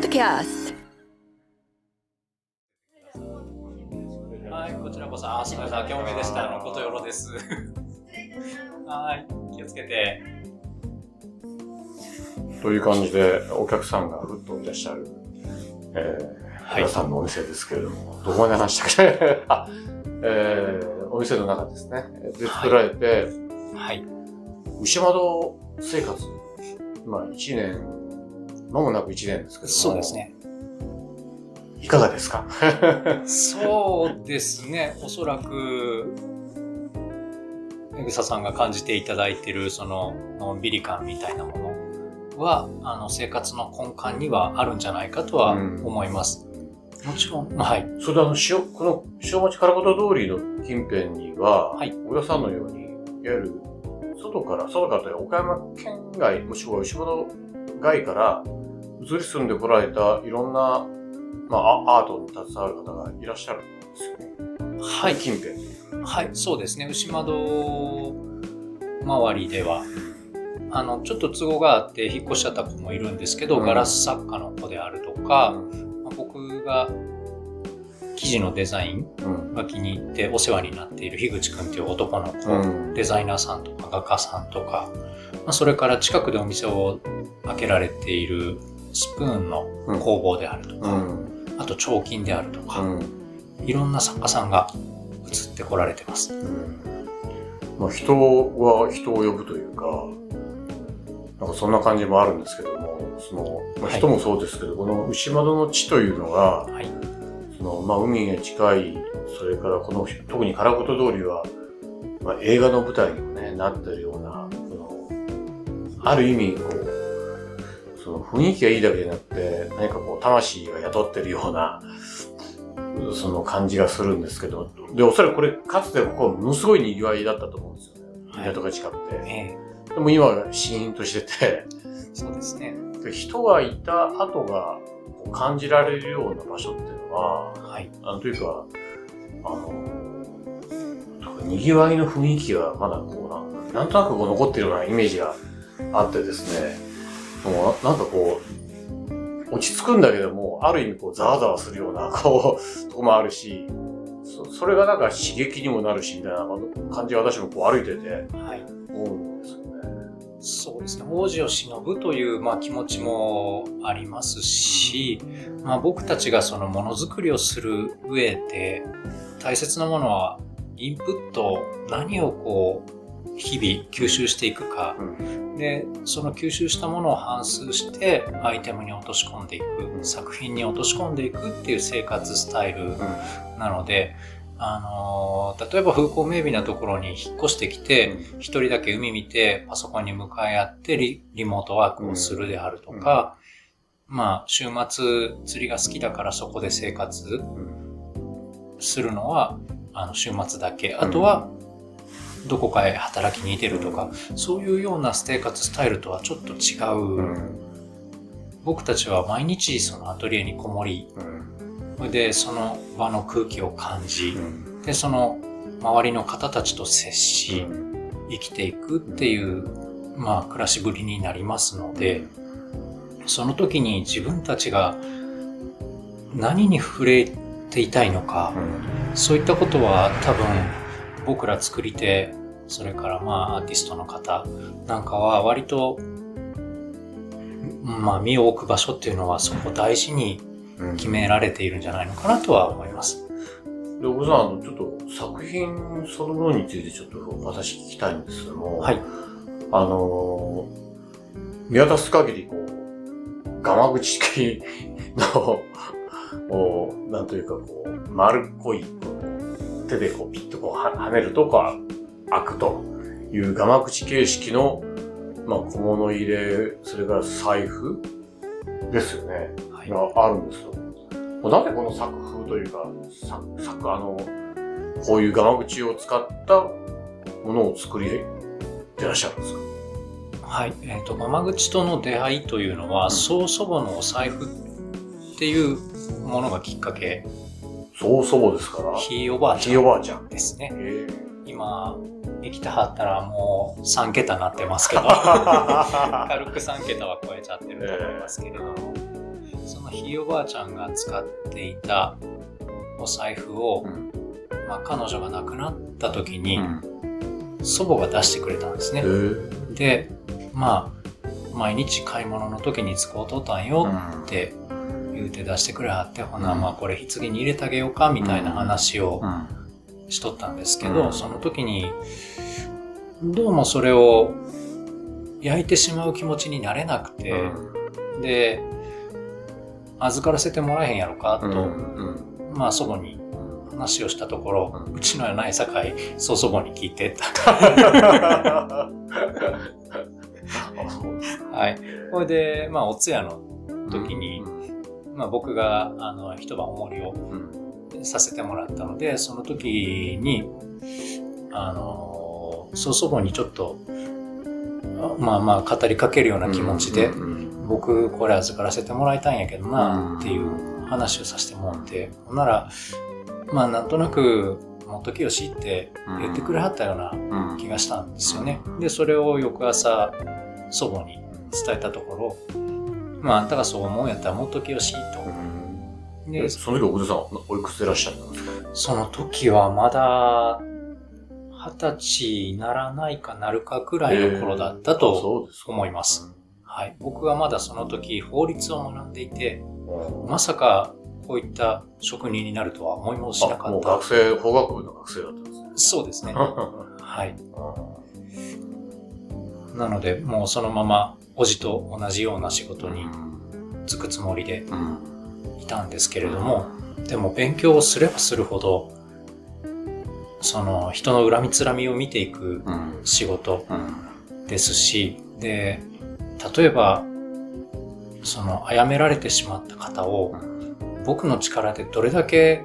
Podcast。 はい、こちらこそ、すみません、興味でした。ことよろです。はい、気をつけて。 という感じで、お客さんがふっといらっしゃる、皆さんのお店ですけれども、どこまで話したっけお店の中ですね。で、作られて、 はい。 牛窓生活、1年、間もなく1年ですけども。 そうですね。 いかがですか？ そうですね。おそらく、江草さんが感じていただいている、その、のんびり感みたいなものは、生活の根幹にはあるんじゃないかとは思います。もちろん、はい。 それでこの塩町唐事通りの近辺には、 はい。 小田さんのように、いわゆる、外からというか岡山県外、もしくは牛窓外から移り住んでこられたいろんな、アートに携わる方がいらっしゃるんですよね。 はい。 近辺。 はい、そうですね。牛窓周りでは、ちょっと都合があって引っ越しちゃった子もいるんですけど、ガラス作家の子であるとか、僕が生地のデザインが気に入ってお世話になっている樋口くんという男の子、デザイナーさんとか画家さんとか、それから近くでお店を開けられているスプーンの工房であるとか、あと彫金であるとか、いろんな作家さんが移ってこられてます。 人は人を呼ぶというか、なんかそんな感じもあるんですけども、人もそうですけど、この牛窓の地というのが、海へ近い、それから特に唐事通りは、映画の舞台にもね、なっているような、ある意味、その雰囲気がいいだけじゃなくて、何か魂が雇ってるような、その感じがするんですけど、で、おそらくこれ、かつてここはものすごい賑わいだったと思うんですよね。港が近くて。でも今はシーンとしてて、 そうですね。 で、人がいた後が感じられるような場所っていうのは、というか、賑わいの雰囲気がまだなんとなく残っているようなイメージがあってですね、なんか落ち着くんだけども、ある意味ざわざわするようなとこもあるし、それがなんか刺激にもなるしみたいな感じが私も歩いてて思うんですよね。 そうですね。往時を忍ぶという、気持ちもありますし、僕たちがそのものづくりをする上で大切なものはインプット、何を日々吸収していくか、でその吸収したものを反芻してアイテムに落とし込んでいく、作品に落とし込んでいくっていう生活スタイルなので、例えば風光明媚なところに引っ越してきて、一人だけ海見てパソコンに向かい合ってリモートワークをするであるとか、週末釣りが好きだからそこで生活するのは週末だけ、あとはどこかへ働きに出るとか、そういうような生活スタイルとはちょっと違う。僕たちは毎日そのアトリエにこもり、でその場の空気を感じ、でその周りの方たちと接し、生きていくっていう暮らしぶりになりますので、その時に自分たちが何に触れていたいのか、そういったことは多分僕ら作り手、それからアーティストの方なんかは割と身を置く場所っていうのはそこを大事に決められているんじゃないのかなとは思います。 で、小野さん、ちょっと作品そのものについてちょっと私聞きたいんですけども、見渡す限りガマ口式のなんというか丸っこい手でピッと跳ねるとか開くというガマ口形式の小物入れ、それから財布ですよね。があるんですよ。なぜこの作風というか、こういうガマ口を使ったものを作りてらっしゃるんですか？ はい。ガマ口との出会いというのは、曽祖母のお財布っていうものがきっかけ。 曽祖母ですから。 ひいおばあちゃんですね。今、生きてはったらもう3桁になってますけど、軽く3桁は超えちゃってると思いますけれども。 そのひいおばあちゃんが使っていたお財布を、彼女が亡くなった時に、祖母が出してくれたんですね。で、毎日買い物の時に使うとったんよって言うて出してくれはって、ほな、これ棺に入れてあげようかみたいな話をしとったんですけど、その時に、どうもそれを焼いてしまう気持ちになれなくて、で、預からせてもらえへんやろかと、祖母に話をしたところ、うちのやないさかい、祖母に聞いてた。はい。それで、お通夜の時に、僕が、一晩お守りをさせてもらったので、その時に、祖母にちょっと、語りかけるような気持ちで、僕、これ預からせてもらいたいんやけどな、っていう話をさせてもらって、ほんなら、なんとなく、もっときよしって言ってくれはったような気がしたんですよね。で、それを翌朝、祖母に伝えたところ、あんたがそう思うんやったらもっときよしと。 で、その時おじさんおいくつでいらっしゃったんですか？ その時はまだ20歳にならないかなるかくらいの頃だったと思います。はい。僕はまだその時法律を学んでいて、まさかこういった職人になるとは思いもしなかった。もう法学部の学生だったんですね。 そうですね。はい。なので、もうそのまま、おじと同じような仕事に就くつもりでいたんですけれども、でも勉強をすればするほど、その人の恨みつらみを見ていく仕事ですし、で、例えば、その殺められてしまった方を、僕の力でどれだけ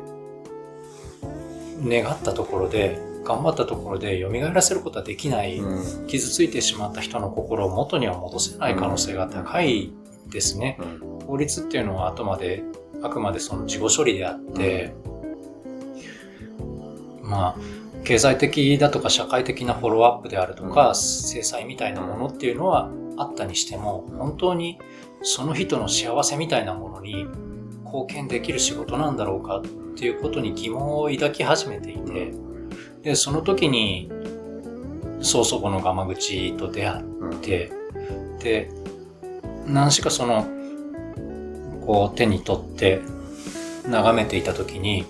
願ったところで、頑張ったところで蘇らせることはできない、傷ついてしまった人の心を元には戻せない可能性が高いですね。法律っていうのはあくまでその事後処理であって、経済的だとか社会的なフォローアップであるとか、制裁みたいなものっていうのはあったにしても、本当にその人の幸せみたいなものに貢献できる仕事なんだろうかっていうことに疑問を抱き始めていて、で、その時に、曽祖母のガマ口と出会って、で、何しか手に取って眺めていた時に、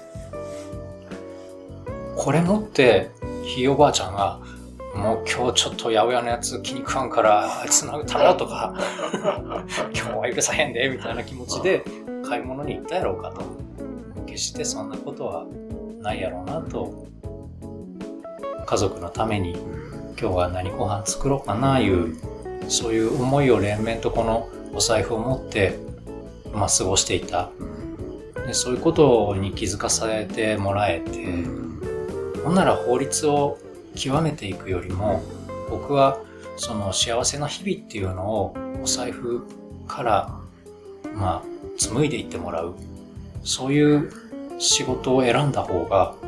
これ持って、ひいおばあちゃんが、もう今日ちょっと八百屋のやつ気に食わんから、あいつ殴ったらとか、今日は許さへんで、みたいな気持ちで買い物に行ったやろうかと。決してそんなことはないやろうなと。家族のために今日は何ご飯作ろうかないうそういう思いを連綿とこのお財布を持って過ごしていた。で、そういうことに気づかされてもらえて、ほんなら法律を極めていくよりも、僕はその幸せな日々っていうのをお財布から紡いでいってもらう、そういう仕事を選んだ方が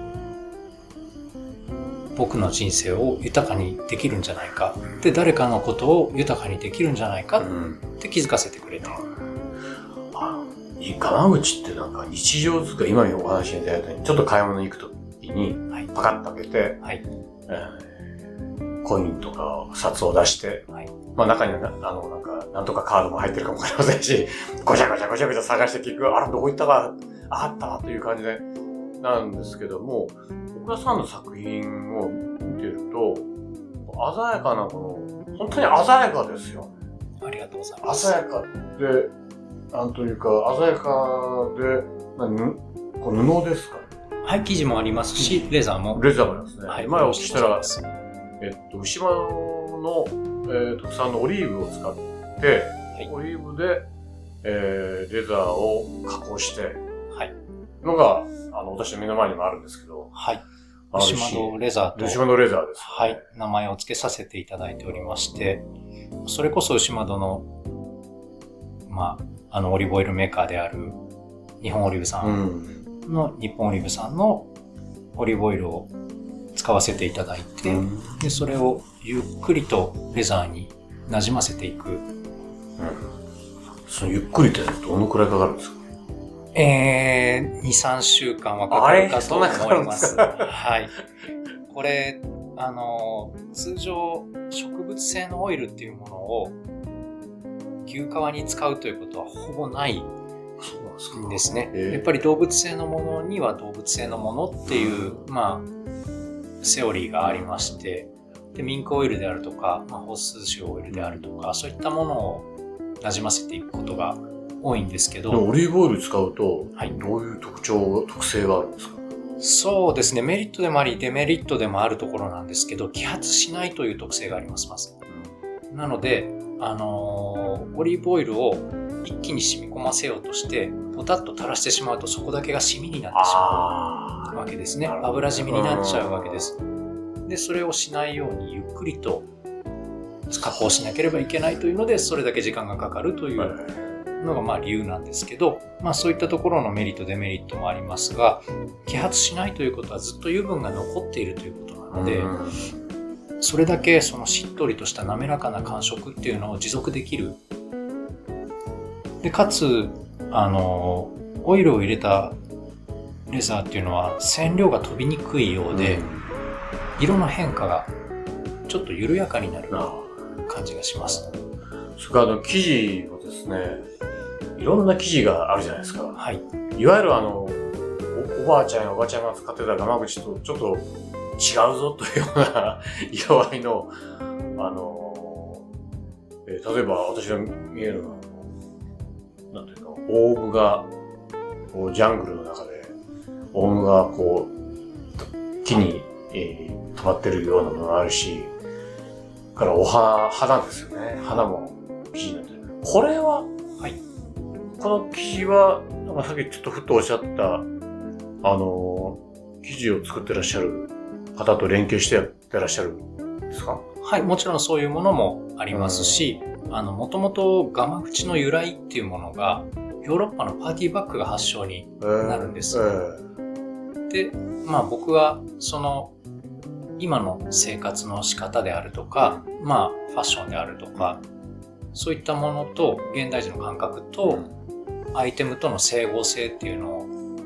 僕の人生を豊かにできるんじゃないか。で、誰かのことを豊かにできるんじゃないかって気づかせてくれた。 ガマ口ってなんか日常使い、今お話にいただいたように、ちょっと買い物に行くときに、パカッと開けて、コインとか札を出して、中にはなんとかカードも入ってるかもわかりませんし、ごちゃごちゃ探して結局、どこ行ったか、あったという感じで、なんですけども、岡田さんの作品を見てると、鮮やかな本当に鮮やかですよ。 ありがとうございます。 鮮やかで、なんというか、鮮やかで、布ですか？ はい、生地もありますし、レザーも。 レザーもありますね。 はい、 前お聞きしたら、牛窓の、特産のオリーブを使って、オリーブで、レザーを加工して、のが、私の目の前にもあるんですけど。 はい。牛窓レザーと。 牛窓レザーです、ね。 はい。名前を付けさせていただいておりまして、それこそ牛窓の、オリーブオイルメーカーである日本オリーブさんの、日本オリーブさんのオリーブオイルを使わせていただいて、で、それをゆっくりとレザーに馴染ませていくそのゆっくりってどのくらいかかるんですか ？2、3週間はかかるかと思います。はい。これ、通常、植物性のオイルっていうものを牛革に使うということはほぼないんですね。やっぱり動物性のものには動物性のものっていう、セオリーがありまして、でミンクオイルであるとか、ホース種オイルであるとか、そういったものをなじませていくことが多いんですけど。 オリーブオイル使うと、どういう特性があるんですか？ そうですね。メリットでもあり、デメリットでもあるところなんですけど、揮発しないという特性があります、まず。なので、オリーブオイルを一気に染み込ませようとして、ポタッと垂らしてしまうと、そこだけが染みになってしまうわけですね。油染みになっちゃうわけです。で、それをしないようにゆっくりと加工しなければいけないというので、それだけ時間がかかるというのが理由なんですけど、そういったところのメリットデメリットもありますが、揮発しないということはずっと油分が残っているということなので、それだけそのしっとりとした滑らかな感触っていうのを持続できる。でかつオイルを入れたレザーっていうのは染料が飛びにくいようで、色の変化がちょっと緩やかになる感じがします。 それから生地をですね、いろんな生地があるじゃないですか。 はい。 いわゆるおばあちゃんやおばちゃんが使ってたガマ口とちょっと違うぞというような色合いの、例えば私が見えるのは、なんていうか、オウムが、こう、ジャングルの中で、オウムがこう、木に、止まってるようなものがあるし、から花ですよね。花も生地になってる。これは、 はい。 この生地は、なんかさっきちょっとふっとおっしゃった、生地を作ってらっしゃる方と連携してやってらっしゃるんですか？ はい、もちろんそういうものもありますし、もともとガマ口の由来っていうものが、ヨーロッパのパーティーバッグが発祥になるんです。で、僕はその今の生活の仕方であるとか、ファッションであるとか、そういったものと現代人の感覚とアイテムとの整合性っていうのを、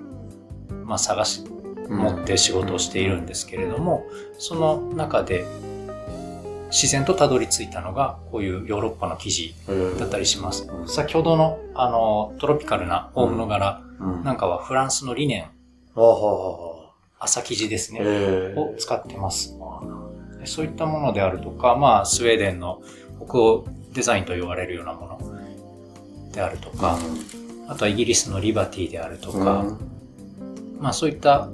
持って仕事をしているんですけれども、その中で自然とたどり着いたのがこういうヨーロッパの生地だったりします。先ほどのトロピカルなオウムの柄なんかはフランスのリネン、麻生地ですね、を使ってます。そういったものであるとか、スウェーデンの北欧デザインと言われるようなものであるとか、あとはイギリスのリバティであるとか、そういった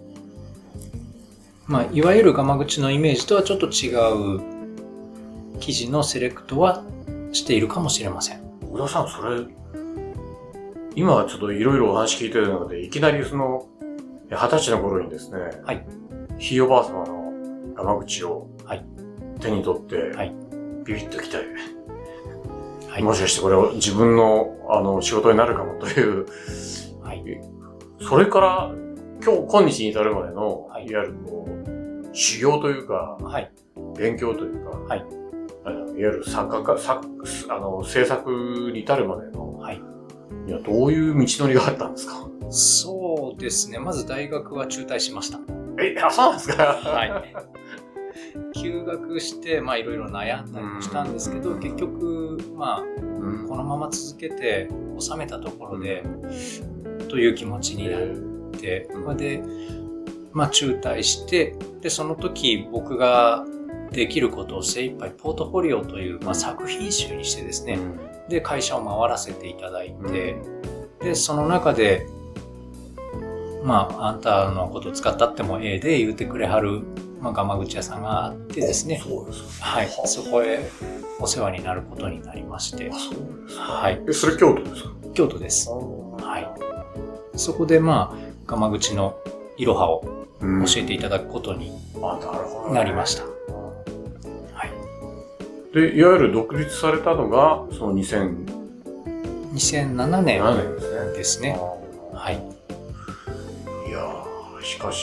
いわゆるガマ口のイメージとはちょっと違う生地のセレクトはしているかもしれません。 小田さん、それ、今ちょっといろいろお話聞いてる中で、いきなりその、20歳の頃にですね、 はい。 ひいおばあ様のガマ口を手に取って、 はい、 ビビッときたい。 はい、 もしかしてこれを自分の仕事になるかもという、 はい、それから今日に至るまでの、いわゆるこう修行というか、勉強というか、いわゆる制作に至るまでの、いやどういう道のりがあったんですか？ そうですね。まず大学は中退しました。 そうなんですか？ はい。休学して、いろいろ悩んだりもしたんですけど、結局、このまま続けて収めたところで、という気持ちになって、で、中退して、で、その時僕ができることを精一杯ポートフォリオという、作品集にしてですね、で、会社を回らせていただいて、で、その中で、あんたのこと使ったってもええで言うてくれはる、ガマ口屋さんがあってですね。 そうですか。 はい。そこへお世話になることになりまして。 そうですか。 はい。 それ京都ですか？ 京都です。はい。そこでガマ口のいろはを教えていただくことになりました。はい。 で、いわゆる独立されたのが、その 2007年ですね。はい。 いやー、しかし、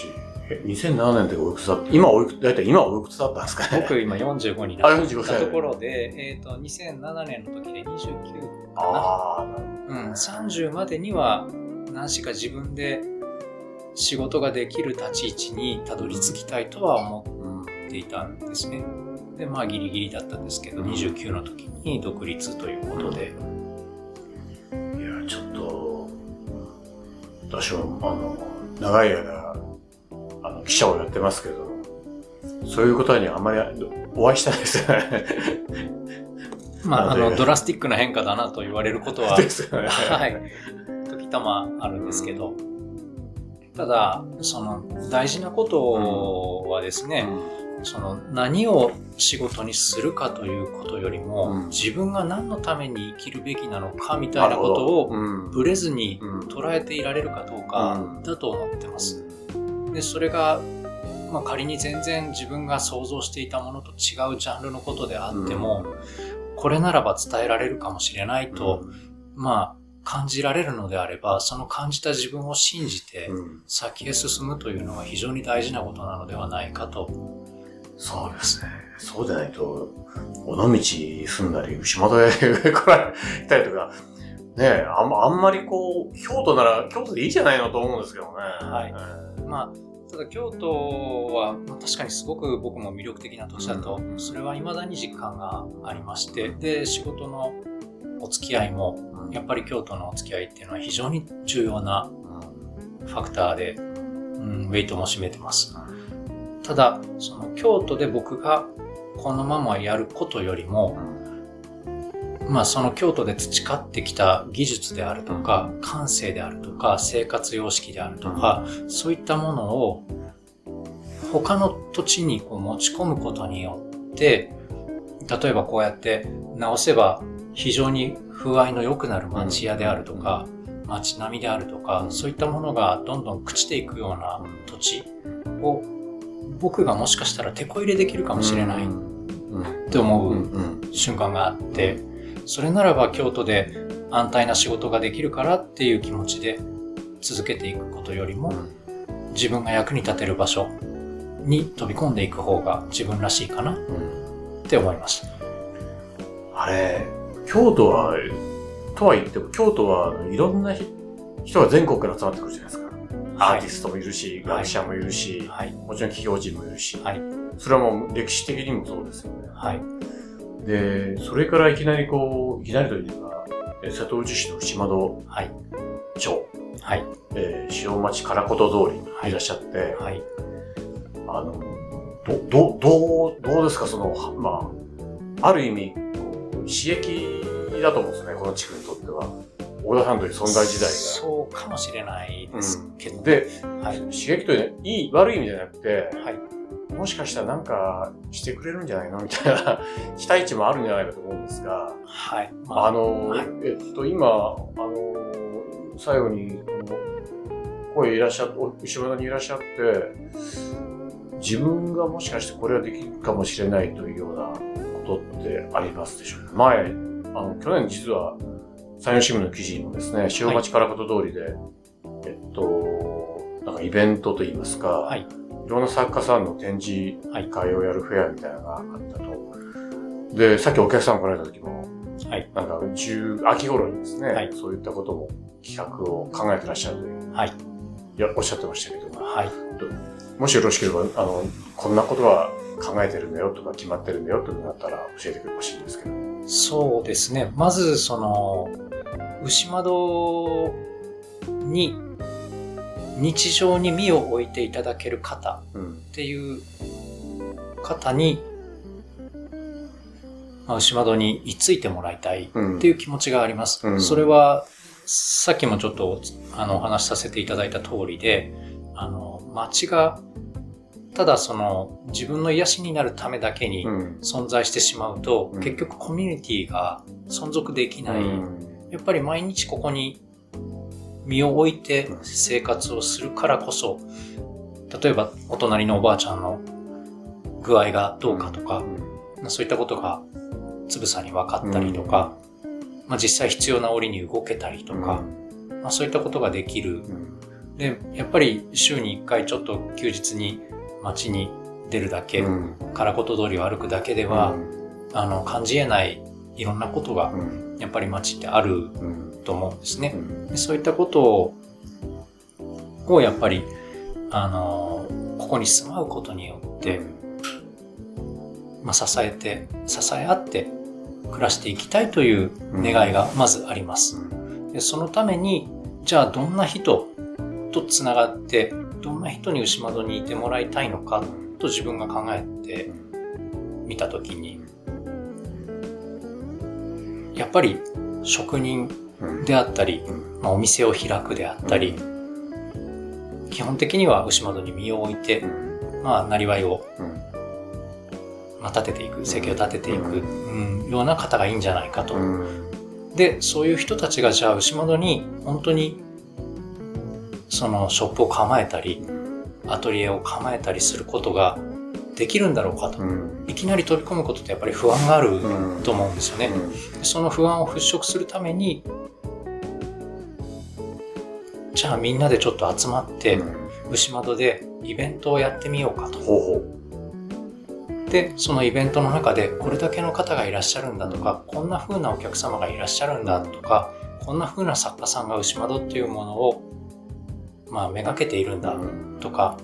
2007年っておいくつだった？今だいたい今おいくつだったんですかね？ 僕今45になったところで、2007年の時で29かな。30までには何しか自分で仕事ができる立ち位置にたどり着きたいとは思っていたんですね。で、まあギリギリだったんですけど、29の時に独立ということで。 いや、ちょっと、私も長い間、記者をやってますけど、そういうことにあんまりお会いしたいですよね。 まあ、ドラスティックな変化だなと言われることは、 ですよね。 はい。時たまあるんですけど、ただ、大事なことはですね、何を仕事にするかということよりも、自分が何のために生きるべきなのかみたいなことをブレずに捉えていられるかどうかだと思ってます。で、それが、まあ、仮に全然自分が想像していたものと違うジャンルのことであっても、これならば伝えられるかもしれないと、まあ、感じられるのであれば、その感じた自分を信じて先へ進むというのが非常に大事なことなのではないかと。 そうですね。そうでないと、尾道住んだり、牛窓へ来られたりとか、ね、あんまりこう、京都なら京都でいいじゃないのと思うんですけどね。 はい。まあ、ただ京都は確かにすごく僕も魅力的な土地だと、それは未だに実感がありまして、で、仕事のお付き合いも、やっぱり京都のお付き合いっていうのは非常に重要なファクターで、ウェイトも占めてます。ただ、京都で僕がこのままやることよりも、まあその京都で培ってきた技術であるとか、感性であるとか、生活様式であるとか、そういったものを他の土地にこう持ち込むことによって、例えばこうやって直せば非常に風合いの良くなる町屋であるとか、町並みであるとか、そういったものがどんどん朽ちていくような土地を僕がもしかしたら手こ入れできるかもしれないって思う瞬間があって、それならば京都で安泰な仕事ができるからっていう気持ちで続けていくことよりも、自分が役に立てる場所に飛び込んでいく方が自分らしいかなって思いました。 あれ、京都は、とは言っても京都はいろんな人が全国から集まってくるじゃないですか。アーティストもいるし、学者もいるし、もちろん企業人もいるし、それはもう歴史的にもそうですよね。で、それからいきなりというか、瀬戸内市の牛窓町、塩町唐琴通りにいらっしゃって、どうですか、まあ、ある意味、刺激だと思うんですね、この地区にとっては。大田さんという存在時代が。 そうかもしれないですけど。 で、刺激というのは悪い意味じゃなくて、もしかしたらなんかしてくれるんじゃないのみたいな期待値もあるんじゃないかと思うんですが、今、最後に、牛窓にいらっしゃって、自分がもしかしてこれはできるかもしれないというようなことってありますでしょうか。前、去年実は、山陽新聞の記事にもですね、塩町唐琴通りで、なんかイベントといいますか、いろんな作家さんの展示会をやるフェアみたいなのがあったと。で、さっきお客さん来られた時も、なんか秋頃にですね、そういったことも企画を考えてらっしゃるという、おっしゃってましたけども、もしよろしければ、こんなことは考えてるんだよとか決まってるんだよというのがあったら教えてほしいんですけど。 そうですね。まず、牛窓に日常に身を置いていただける方っていう方に、牛窓に居ついてもらいたいっていう気持ちがあります。それは、さっきもちょっとお話しさせていただいた通りで、街がただ自分の癒しになるためだけに存在してしまうと、結局コミュニティが存続できない。やっぱり毎日ここに身を置いて生活をするからこそ、例えばお隣のおばあちゃんの具合がどうかとか、そういったことがつぶさに分かったりとか、実際必要な折に動けたりとか、そういったことができるで、やっぱり週に1回ちょっと休日に街に出るだけ、空言通りを歩くだけでは、感じ得ないいろんなことが、やっぱり街ってあると思うんですね。でそういったことをやっぱり、ここに住まうことによって、支え合って暮らしていきたいという願いがまずあります。でそのために、じゃあどんな人とつながって、どんな人に牛窓にいてもらいたいのかと自分が考えてみたときに、やっぱり職人であったり、お店を開くであったり、基本的には牛窓に身を置いて、なりわいを立てていく、生計を立てていく、ような方がいいんじゃないかと。で、そういう人たちがじゃあ牛窓に本当にそのショップを構えたり、アトリエを構えたりすることができるんだろうかと。いきなり飛び込むことってやっぱり不安があると思うんですよね。その不安を払拭するために、じゃあみんなでちょっと集まって、牛窓でイベントをやってみようかと。で、そのイベントの中でこれだけの方がいらっしゃるんだとか、こんな風なお客様がいらっしゃるんだとか、こんな風な作家さんが牛窓っていうものをめがけているんだとか、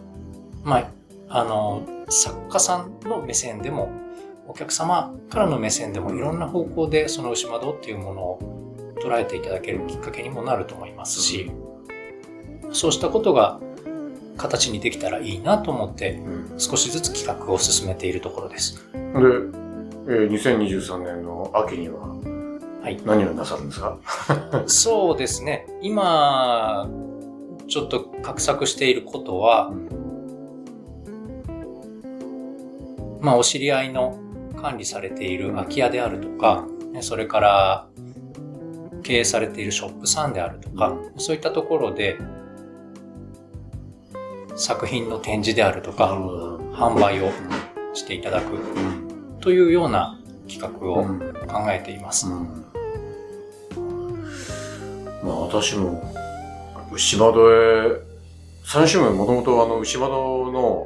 作家さんの目線でもお客様からの目線でもいろんな方向でその牛窓っていうものを捉えていただけるきっかけにもなると思いますし、そうしたことが形にできたらいいなと思って少しずつ企画を進めているところです。 で、2023年の秋には何をなさるんですか？ そうですね。今ちょっと画策していることは、お知り合いの管理されている空き家であるとか、それから経営されているショップさんであるとか、そういったところで作品の展示であるとか販売をしていただくというような企画を考えています。 私も牛窓へ3週目もともと牛窓の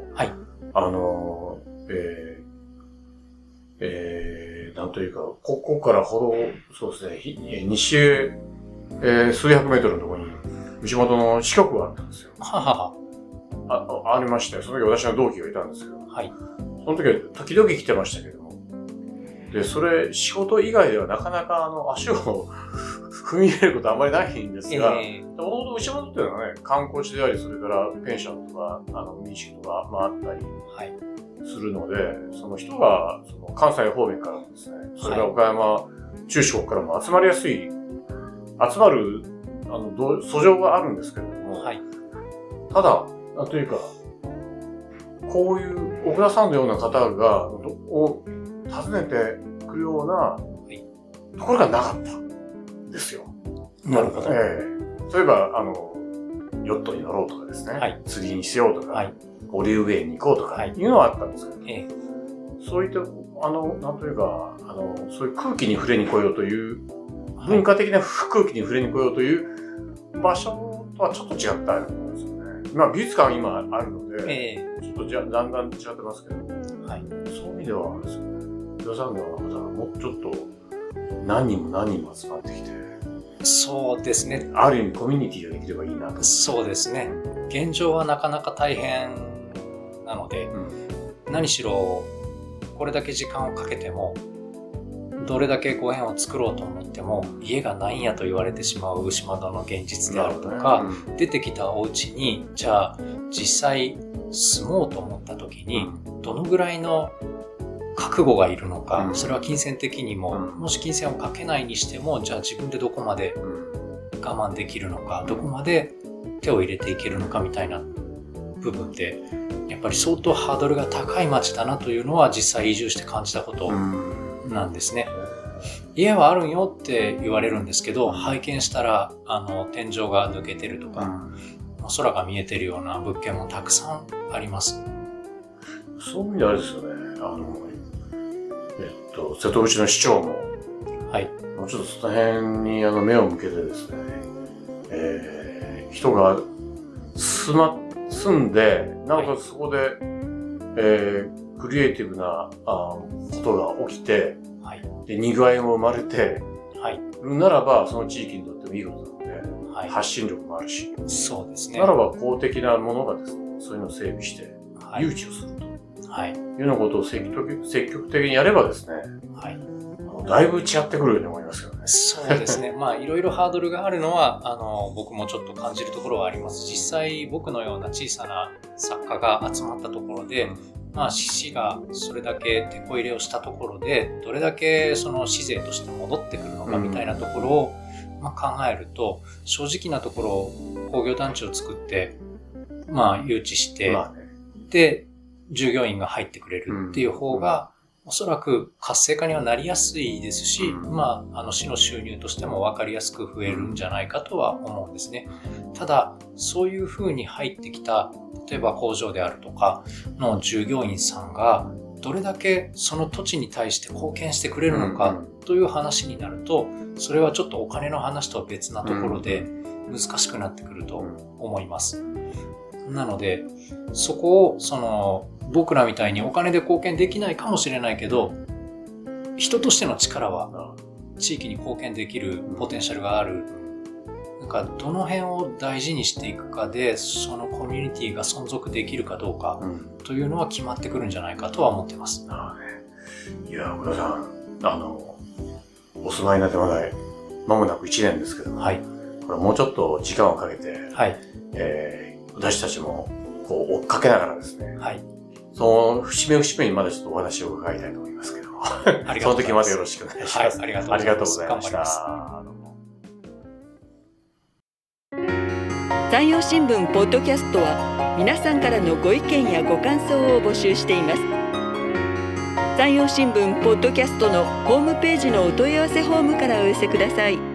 なんというか、ここからほど、そうですね、西へ、数百メートルのところに、牛窓の支局があったんですよ。ありまして、その時私の同期がいたんですけど、その時は時々来てましたけども、で、それ、仕事以外ではなかなか足を踏み入れることはあんまりないんですが、もともと牛窓っていうのはね、観光地であり、それからペンションとか、民宿とか、あったり、するので、その人がその関西方面からもですね、それから岡山、中四国からも集まる素性があるんですけれども、ただ、なんというか、こういう奥田さんのような方がを訪ねてくるようなところがなかったんですよ。 なるほど。 例えばヨットに乗ろうとかですね、釣りにしようとか。オリーブ園に行こうとかいうのはあったんですけど、そういったなんというかそういう空気に触れに来ようという、文化的な空気に触れに来ようという場所とはちょっと違ったんですよね。美術館今あるので、ちょっとだんだん違ってますけど、そういう意味ではですね、皆さんのような方がもうちょっと何人も集まってきて、 そうですね。 ある意味コミュニティができればいいなと。 そうですね。現状はなかなか大変なので、何しろこれだけ時間をかけても、どれだけご縁を作ろうと思っても家がないんやと言われてしまう牛窓の現実であるとか、出てきたお家にじゃあ実際住もうと思った時にどのぐらいの覚悟がいるのか、それは金銭的にも、もし金銭をかけないにしても、じゃあ自分でどこまで我慢できるのか、どこまで手を入れていけるのかみたいな部分で、やっぱり相当ハードルが高い街だなというのは実際移住して感じたことなんですね。家はあるんよって言われるんですけど、拝見したら天井が抜けてるとか、空が見えてるような物件もたくさんあります。 そういう意味であれですよね。瀬戸内の市長も、もうちょっとその辺に目を向けてですね、人が住んで、なおかつそこで、クリエイティブなことが起きて、 はい、 で、にぎわいも生まれて、 はい、 ならば、その地域にとってもいいことなので、 はい、 発信力もあるし、 そうですね。 ならば公的なものがですね、そういうのを整備して、 はい、 誘致をすると、 はい、 いうようなことを積極的にやればですね、 はい、 だいぶ違ってくるように思いますけどね。 そうですね。まあ、いろいろハードルがあるのは、僕もちょっと感じるところはあります。実際、僕のような小さな作家が集まったところで、まあ、市がそれだけ手こ入れをしたところで、どれだけその市税として戻ってくるのかみたいなところを、まあ、考えると、正直なところ、工業団地を作って、まあ、誘致して、 まあね、 で、従業員が入ってくれるっていう方が、おそらく活性化にはなりやすいですし、まあ、市の収入としても分かりやすく増えるんじゃないかとは思うんですね。ただ、そういう風に入ってきた、例えば工場であるとかの従業員さんが、どれだけその土地に対して貢献してくれるのかという話になると、それはちょっとお金の話とは別なところで難しくなってくると思います。なので、そこを僕らみたいにお金で貢献できないかもしれないけど、人としての力は地域に貢献できるポテンシャルがある。なんかどの辺を大事にしていくかで、そのコミュニティが存続できるかどうかというのは決まってくるんじゃないかとは思ってます。 いや、小田さん、お住まいになってまだ間もなく1年ですけども、はい、これもうちょっと時間をかけて、はい、私たちもこう追っかけながらですね、はい、その節目節目にまだちょっとお話を伺いたいと思いますけども、その時までよろしくお願いします。 はい、ありがとうございました。 山陽新聞ポッドキャストは皆さんからのご意見やご感想を募集しています。山陽新聞ポッドキャストのホームページのお問い合わせフォームからお寄せください。